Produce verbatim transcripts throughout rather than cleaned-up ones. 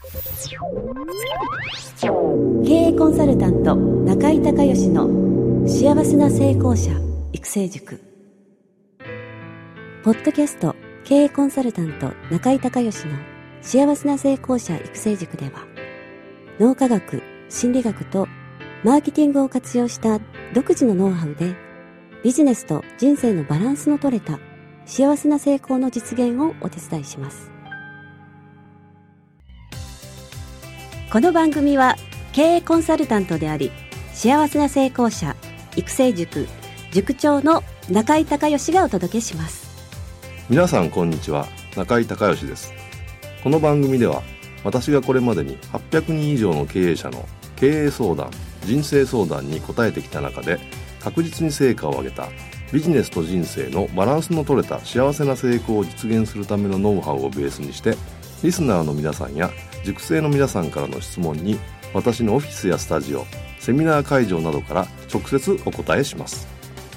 経営コンサルタント中井孝義の幸せな成功者育成塾。ポッドキャスト経営コンサルタント中井孝義の幸せな成功者育成塾では、脳科学、心理学とマーケティングを活用した独自のノウハウで、ビジネスと人生のバランスの取れた幸せな成功の実現をお手伝いします。この番組は経営コンサルタントであり、幸せな成功者育成塾塾長の中井孝義がお届けします。 皆さんこんにちは、中井孝義です。この番組では、私がこれまでにはっぴゃくにん以上の経営者の経営相談、人生相談に答えてきた中で、確実に成果を上げたビジネスと人生のバランスの取れた幸せな成功を実現するためのノウハウをベースにして、リスナーの皆さんや塾生の皆さんからの質問に、私のオフィスやスタジオ、セミナー会場などから直接お答えします。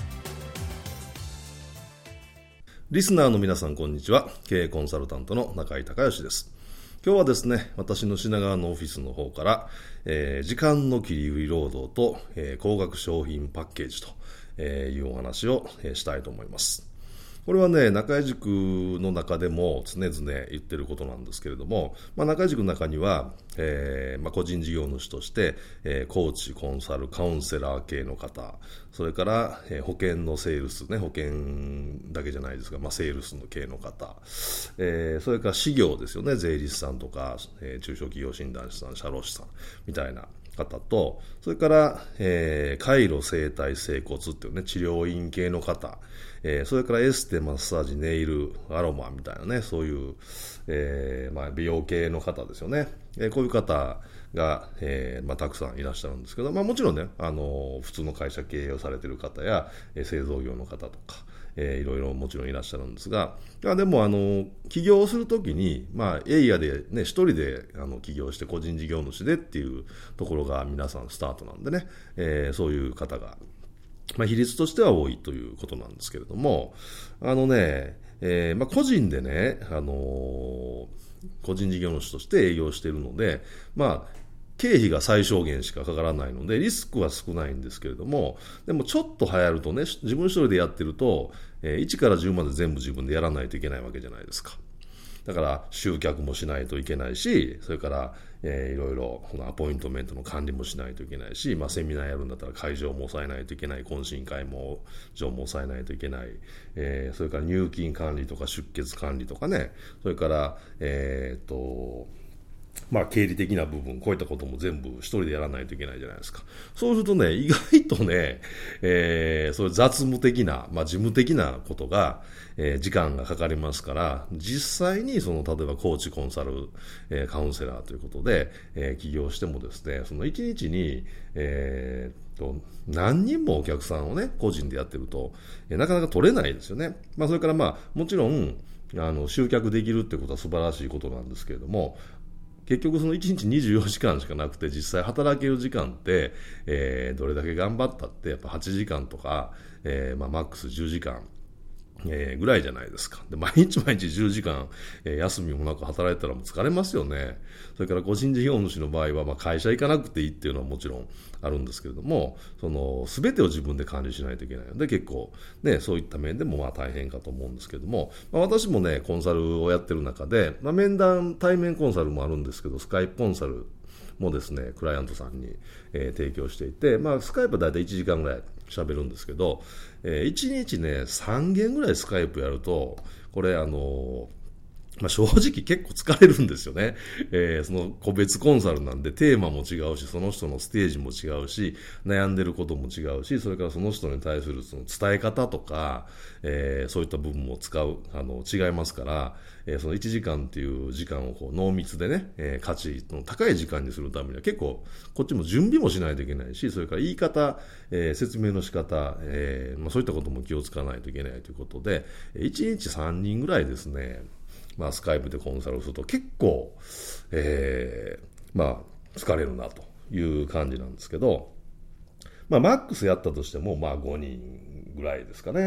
リスナーの皆さんこんにちは。経営コンサルタントの中井孝義です。今日はですね、私の品川のオフィスの方から、えー、時間の切り売り労働と、えー、高額商品パッケージというお話をしたいと思います。これはね、中井塾の中でも常々言ってることなんですけれども、まあ、中井塾の中には、えーまあ、個人事業主として、えー、コーチ、コンサル、カウンセラー系の方、それから、えー、保険のセールスね、保険だけじゃないですが、まあ、セールスの系の方、えー、それから事業ですよね、税理士さんとか、えー、中小企業診断士さん、社労士さんみたいな方と、それから、えー、回路整体整骨っていうね、治療院系の方、えー、それからエステ、マッサージ、ネイル、アロマみたいなね、そういう、えーまあ、美容系の方ですよね。えー、こういう方が、えーまあ、たくさんいらっしゃるんですけど、まあ、もちろんね、あのー、普通の会社経営をされている方や、えー、製造業の方とか、えー、いろいろもちろんいらっしゃるんですが、でもあの起業するときに、まあ、エイヤでね、一人であの起業して個人事業主でっていうところが皆さんスタートなんでね、えー、そういう方が、まあ、比率としては多いということなんですけれども、あのね、えーまあ、個人でね、あのー、個人事業主として営業しているので、まあ経費が最小限しかかからないのでリスクは少ないんですけれども、でもちょっと流行るとね、自分一人でやってると、えー、いちからじゅうまで全部自分でやらないといけないわけじゃないですか。だから集客もしないといけないし、それから、えー、いろいろこのアポイントメントの管理もしないといけないし、まあ、セミナーやるんだったら会場も抑えないといけない、懇親会も場も抑えないといけない、えー、それから入金管理とか出欠管理とかね、それからえー、っとまあ、経理的な部分、こういったことも全部一人でやらないといけないじゃないですか。そうするとね、意外とね、えー、そういう雑務的な、まあ、事務的なことが、えー、時間がかかりますから、実際にその、例えばコーチ、コンサル、えー、カウンセラーということで、えー、起業してもですね、その一日に、えー、と何人もお客さんをね、個人でやってると、えー、なかなか取れないですよね。まあ、それからまあ、もちろん、あの、集客できるってことは素晴らしいことなんですけれども、結局そのいちにちにじゅうよじかんしかなくて、実際働ける時間って、えー、どれだけ頑張ったってやっぱはちじかんとか、えー、まあマックスじゅうじかん、えー、ぐらいじゃないですか。で、毎日毎日じゅうじかん、えー、休みもなく働いたらもう疲れますよね。それから個人事業主の場合は、まあ会社行かなくていいっていうのはもちろんあるんですけれども、その全てを自分で管理しないといけないので、結構ね、そういった面でもまあ大変かと思うんですけれども、まあ、私もね、コンサルをやってる中で、まあ、面談、対面コンサルもあるんですけど、スカイプコンサルもですね、クライアントさんに、えー、提供していて、まあスカイプはだいたいいちじかんぐらい喋るんですけど、えー、いちにちね、さんけんぐらいスカイプやると、これあのー、まあ、正直結構疲れるんですよね。えー、その個別コンサルなんでテーマも違うし、その人のステージも違うし、悩んでることも違うし、それからその人に対するその伝え方とか、えー、そういった部分も使う、あの、違いますから、えー、そのいちじかんっていう時間をこう濃密でね、えー、価値の高い時間にするためには結構こっちも準備もしないといけないし、それから言い方、えー、説明の仕方、えーまあ、そういったことも気をつかないといけないということで、いちにちさんにんぐらいですね、まあ、スカイプでコンサルをすると結構、えー、まあ、疲れるなという感じなんですけど、まあ、マックスやったとしても、まあ、ごにんぐらいですかね。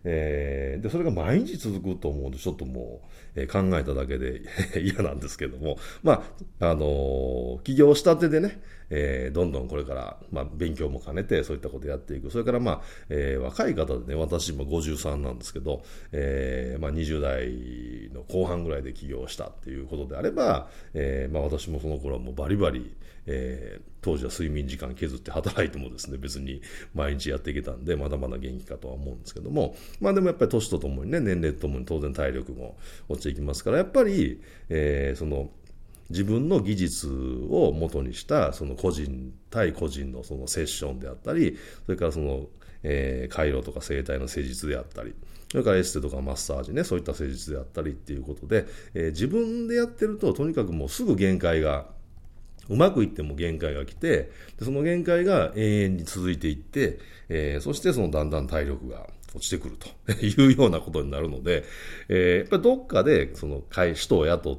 えー、でそれが毎日続くと思うとちょっともう、えー、考えただけで嫌なんですけども、まああのー、起業したてでね、えー、どんどんこれから、まあ、勉強も兼ねてそういったことやっていく。それから、まあえー、若い方でね、私もごじゅうさんなんですけど、えーまあ、にじゅう代の後半ぐらいで起業したっていうことであれば、えーまあ、私もその頃はもうバリバリ、えー、当時は睡眠時間削って働いてもですね、別に毎日やっていけたんで、まだまだ元気かとは思うんですけども、まあでもやっぱり年とともにね、年齢とともに当然体力も落ちていきますから、やっぱり、えー、その自分の技術を元にしたその個人対個人のそのセッションであったり、それからその、えー、回路とか生態の施術であったり、それからエステとかマッサージね、そういった施術であったりっていうことで、えー、自分でやってるととにかくもうすぐ限界がうまくいっても限界が来て、でその限界が永遠に続いていって、えー、そしてそのだんだん体力が落ちてくるというようなことになるので、えー、やっぱりどっかでその人を雇って、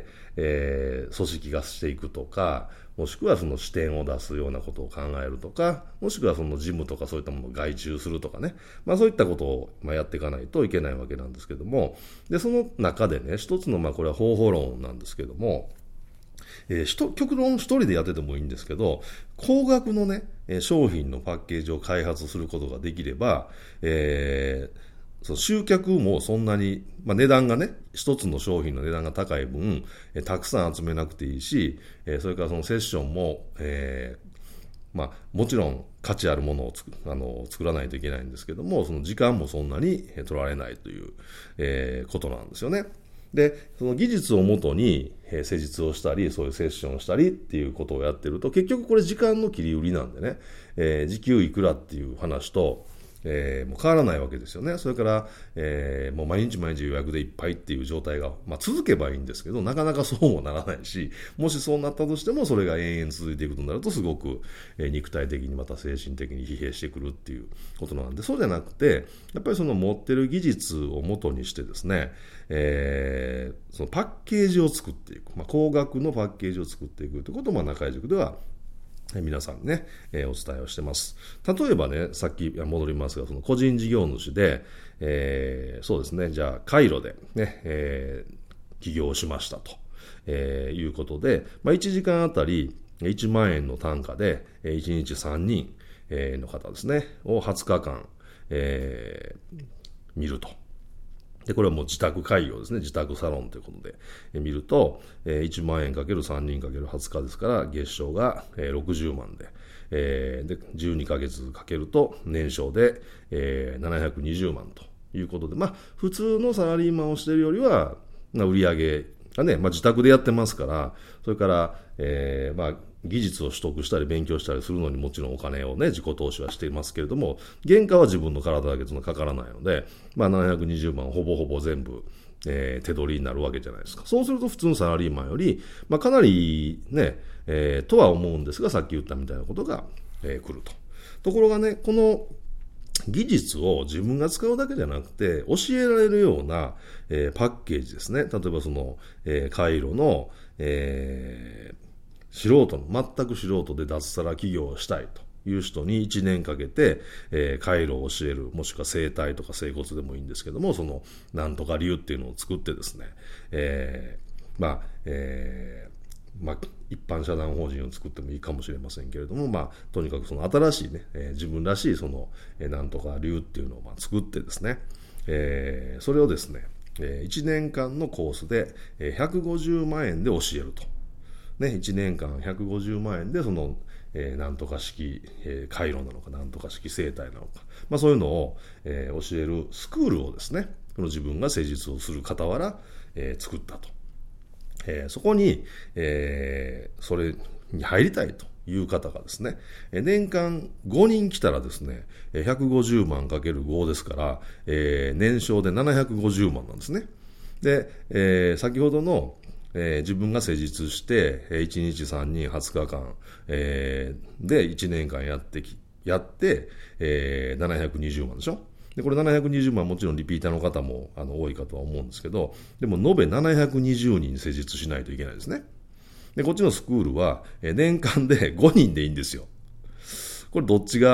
えー、組織化していくとか、もしくはその視点を出すようなことを考えるとか、もしくはその事務とかそういったものを外注するとかね、まあそういったことをまあやっていかないといけないわけなんですけども、でその中でね、一つのまあこれは方法論なんですけども、えー、極論一人でやっててもいいんですけど、高額のね、商品のパッケージを開発することができれば、えー、その集客もそんなに、まあ、値段がね、一つの商品の値段が高い分、えー、たくさん集めなくていいし、えー、それからそのセッションも、えーまあ、もちろん価値あるものをつくあの作らないといけないんですけども、その時間もそんなに取られないという、えー、ことなんですよね。で、その技術をもとに施術をしたり、そういうセッションをしたりっていうことをやってると、結局これ時間の切り売りなんでね、えー、時給いくらっていう話と、えー、もう変わらないわけですよね。それから、えー、もう毎日毎日予約でいっぱいっていう状態が、まあ、続けばいいんですけど、なかなかそうもならないし、もしそうなったとしても、それが延々続いていくとなると、すごく、えー、肉体的にまた精神的に疲弊してくるっていうことなんで、そうじゃなくて、やっぱりその持ってる技術を元にしてですね、えー、そのパッケージを作っていく、まあ、高額のパッケージを作っていくということを、まあ、中井塾では皆さんね、えー、お伝えをしてます。例えばね、さっき戻りますが、その個人事業主で、えー、そうですね、じゃあ、回路でね、えー、起業をしましたと、えー、いうことで、まあ、いちじかんあたりいちまんえんの単価で、いちにちさんにんの方ですね、をはつかかん、えー、見ると。で、これはもう自宅開業ですね。自宅サロンということで、え見ると、えー、いちまんえんかけるさんにんかけるはつかですから、月賞が、えー、ろくじゅうまんで、えー、で、じゅうにかげつかけると年商で、えー、ななひゃくにじゅうまんということで、まあ、普通のサラリーマンをしているよりは、まあ、売り上げがね、まあ、自宅でやってますから、それから、えー、まあ、技術を取得したり勉強したりするのにもちろんお金をね、自己投資はしていますけれども、原価は自分の体だけそのかからないので、まあななひゃくにじゅうまんほぼほぼ全部、えー、手取りになるわけじゃないですか。そうすると普通のサラリーマンより、まあかなりね、えー、とは思うんですが、さっき言ったみたいなことが、えー、来ると。ところがね、この技術を自分が使うだけじゃなくて、教えられるような、えー、パッケージですね。例えばその、えー、回路の、えー素人の、全く素人で脱サラ起業をしたいという人にいちねんかけて、えー、回路を教える、もしくは整体とか整骨でもいいんですけども、そのなんとか流っていうのを作ってですね、えー、まあ、えー、まあ、一般社団法人を作ってもいいかもしれませんけれども、まあ、とにかくその新しいね、えー、自分らしいその、えー、なんとか流っていうのをまあ作ってですね、えー、それをですね、えー、いちねんかんのコースでひゃくごじゅうまんえんで教えると。ね、いちねんかんひゃくごじゅうまんえんでその、えー、なんとか式、えー、回路なのかなんとか式生態なのか、まあ、そういうのを、えー、教えるスクールをですね、この自分が施術をする傍ら、えー、作ったと、えー、そこに、えー、それに入りたいという方がですね、年間ごにん来たらですね、ひゃくごじゅうまんかけるごですから、えー、年商でななひゃくごじゅうまんなんですね。で、えー、先ほどのえー、自分が施術して、いちにちさんにんはつかかん、えー、でいちねんかんやってき、やって、えー、ななひゃくにじゅうまんでしょ。で、これななひゃくにじゅうまんもちろんリピーターの方もあの多いかとは思うんですけど、でも延べななひゃくにじゅうにん施術しないといけないですね。で、こっちのスクールは、えー、年間でごにんでいいんですよ。これどっちが、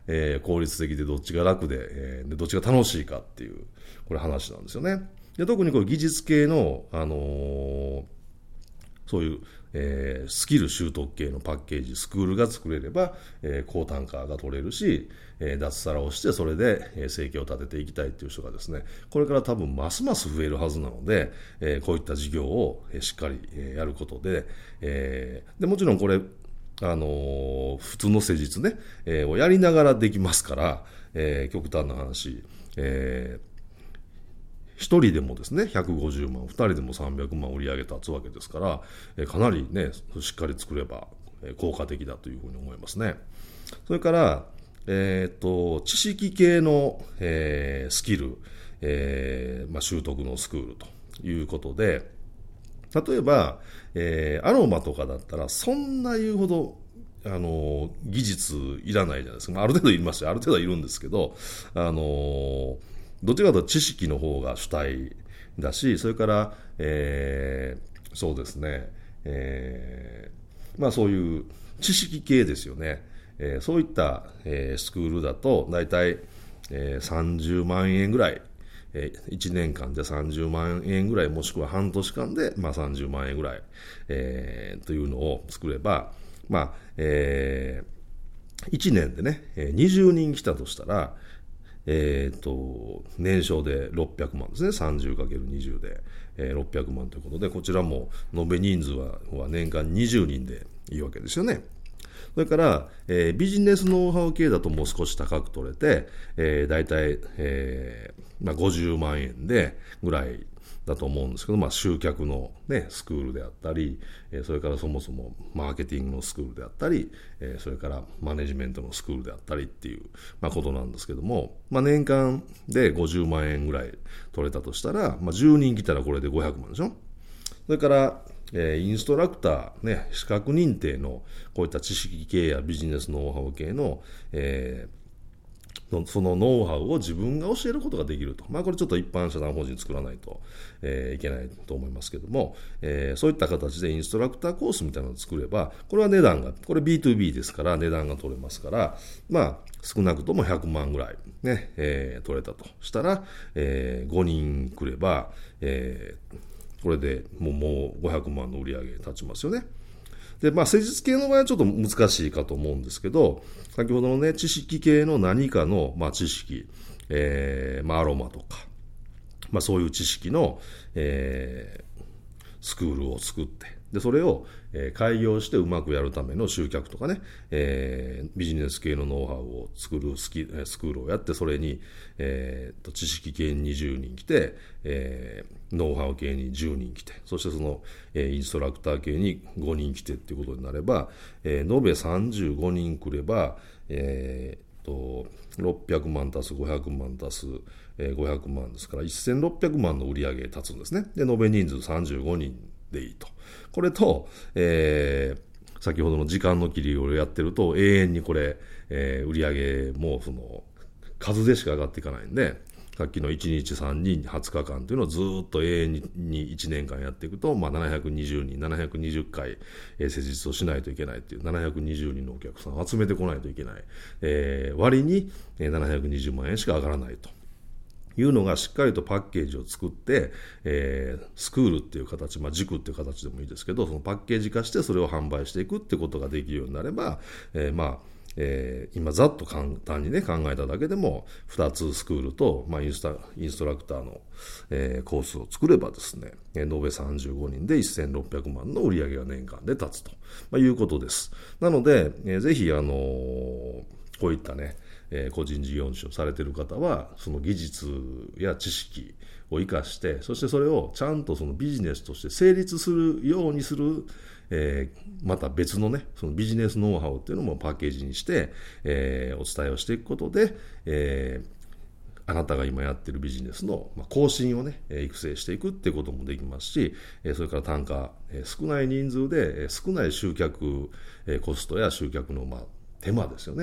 えー、効率的でどっちが楽で、えー、でどっちが楽しいかっていうこれ話なんですよね。で特にこう技術系の、あのー、そういう、えー、スキル習得系のパッケージスクールが作れれば、えー、高単価が取れるし、えー、脱サラをしてそれで、えー、生計を立てていきたいという人がですね、これから多分ますます増えるはずなので、えー、こういった事業を、えー、しっかり、えー、やることで、えー、でもちろんこれあのー、普通の施術ね、えー、をやりながらできますから、えー、極端な話、えー一人でもですねひゃくごじゅうまん、二人でもさんびゃくまん売り上げ立つわけですから、えかなりねしっかり作れば効果的だというふうに思いますね。それから、えー、と知識系の、えー、スキル、えーまあ、習得のスクールということで、例えば、えー、アロマとかだったらそんな言うほどあの技術いらないじゃないですか、まあ、ある程度いりますよ、ある程度はいるんですけど、あのどっちかというと知識の方が主体だし、それから、えー、そうですね、えー、まあそういう知識系ですよね、えー、そういった、えー、スクールだとだいたい、えー、さんじゅうまんえんぐらい、えー、いちねんかんでさんじゅうまんえんぐらい、もしくは半年間で、まあ、さんじゅうまんえんぐらい、えー、というのを作れば、まあえー、いちねんでねにじゅうにん来たとしたら、えー、と年商でろっぴゃくまんですね。 さんじゅうかけるにじゅう で、えー、ろっぴゃくまんということで、こちらも延べ人数 は, は年間にじゅうにんでいいわけですよね。それから、えー、ビジネスノウハウ系だともう少し高く取れて、えー、だいたい、えーまあ、ごじゅうまんえんでぐらいだと思うんですけど、まあ、集客の、ね、スクールであったり、えー、それからそもそもマーケティングのスクールであったり、えー、それからマネジメントのスクールであったりっていう、まあ、ことなんですけども、まあ、年間でごじゅうまんえんぐらい取れたとしたら、まあ、じゅうにん来たらこれでごひゃくまんでしょ。それからえー、インストラクター、ね、資格認定のこういった知識系やビジネスノウハウ系の、えー、のそのノウハウを自分が教えることができると。まあこれちょっと一般社団法人作らないと、えー、いけないと思いますけども、えー、そういった形でインストラクターコースみたいなのを作れば、これは値段が、これ ビーツービー ですから値段が取れますから、まあ少なくともひゃくまんぐらいね、えー、取れたとしたら、えー、ごにん来れば、えーこれでもう、もうごひゃくまんの売り上げ立ちますよね。で、まあ、施術系の場合はちょっと難しいかと思うんですけど、先ほどのね、知識系の何かの、まあ、知識、えー、まあ、アロマとか、まあ、そういう知識の、えー、スクールを作って、で、それを、えー、開業してうまくやるための集客とかね、えー、ビジネス系のノウハウを作るスキスクールをやって、それに、えー、と知識系ににじゅうにん来て、えー、ノウハウ系にじゅうにん来て、そしてその、えー、インストラクター系にごにん来てっていうことになれば、えー、延べさんじゅうごにん来れば、えー、とろっぴゃくまん足すごひゃくまん足す、えー、ごひゃくまんですからせんろっぴゃくまんの売り上げ立つんですね。で、延べ人数さんじゅうごにんでいいと。これと、えー、先ほどの時間の切りをやってると永遠にこれ、えー、売り上げもその数でしか上がっていかないんで、さっきのいちにちさんにんはつかかんというのをずっと永遠にいちねんかんやっていくと、まあ、ななひゃくにじゅうにん、ななひゃくにじゅっかい、えー、施術をしないといけないという、ななひゃくにじゅうにんのお客さんを集めてこないといけない、えー、割に、えー、ななひゃくにじゅうまんえんしか上がらないというのがしっかりとパッケージを作って、えー、スクールっていう形、まあ、塾っていう形でもいいですけど、そのパッケージ化してそれを販売していくってことができるようになれば、えー、まあ、えー、今ざっと簡単にね考えただけでもふたつスクールと、まあ、インスタ、インストラクターの、えー、コースを作ればですね、延べさんじゅうごにんでせんろっぴゃくまんの売り上げが年間で立つと、まあ、いうことです。なので、えー、ぜひ、あのー、こういったね、えー、個人事業主をされている方はその技術や知識を生かして、そしてそれをちゃんとそのビジネスとして成立するようにする、えー、また別のねそのビジネスノウハウっていうのもパッケージにして、えー、お伝えをしていくことで、えー、あなたが今やってるビジネスの更新をね育成していくっていうこともできますし、それから単価少ない人数で少ない集客コストや集客のまあ手間ですよね。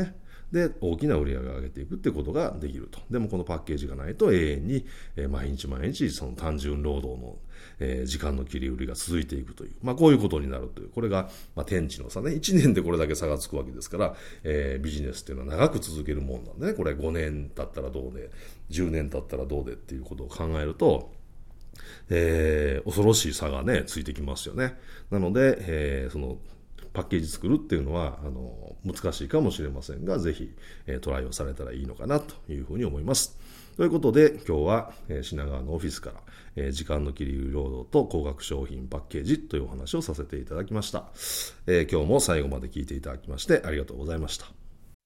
で大きな売り上げを上げていくってことができると。でもこのパッケージがないと永遠に、えー、毎日毎日その単純労働の、えー、時間の切り売りが続いていくという、まあ、こういうことになるという、これが、まあ、天地の差ね。いちねんでこれだけ差がつくわけですから、えー、ビジネスっていうのは長く続けるもんなんでね、これごねん経ったらどうでじゅうねん経ったらどうでっていうことを考えると、えー、恐ろしい差がねついてきますよね。なので、えー、そのパッケージ作るっていうのはあの難しいかもしれませんが、ぜひ、えー、トライをされたらいいのかなというふうに思います。ということで今日は、えー、品川のオフィスから、えー、時間の切り売り労働と高額商品パッケージというお話をさせていただきました。えー、今日も最後まで聞いていただきましてありがとうございました。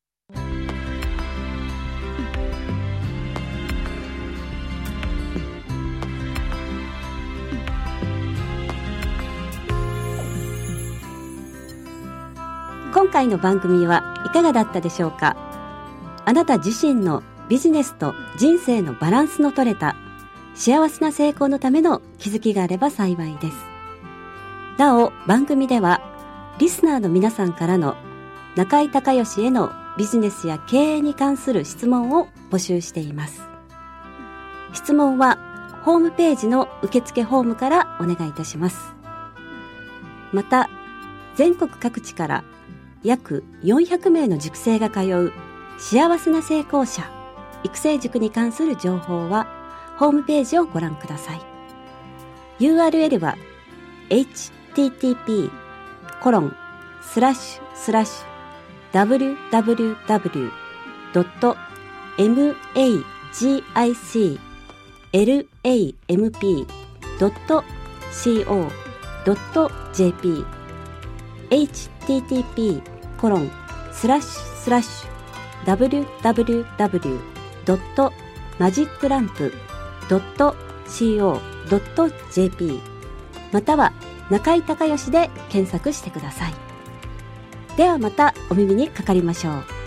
今回の番組はいかがだったでしょうか。あなた自身のビジネスと人生のバランスの取れた幸せな成功のための気づきがあれば幸いです。なお、番組ではリスナーの皆さんからの中井孝義へのビジネスや経営に関する質問を募集しています。質問はホームページの受付フォームからお願いいたします。また、全国各地から約よんひゃくめいの塾生が通う幸せな成功者育成塾に関する情報はホームページをご覧ください。 ユーアールエル は エイチティーティーピーコロンスラッシュスラッシュダブリュダブリュダブリュドットマジックランプドットコードットジェーピー エイチティーティーピーコロンスラッシュスラッシュダブリュダブリュダブリュドットマジックランプドットコードットジェーピー または中井孝義で検索してください。ではまたお耳にかかりましょう。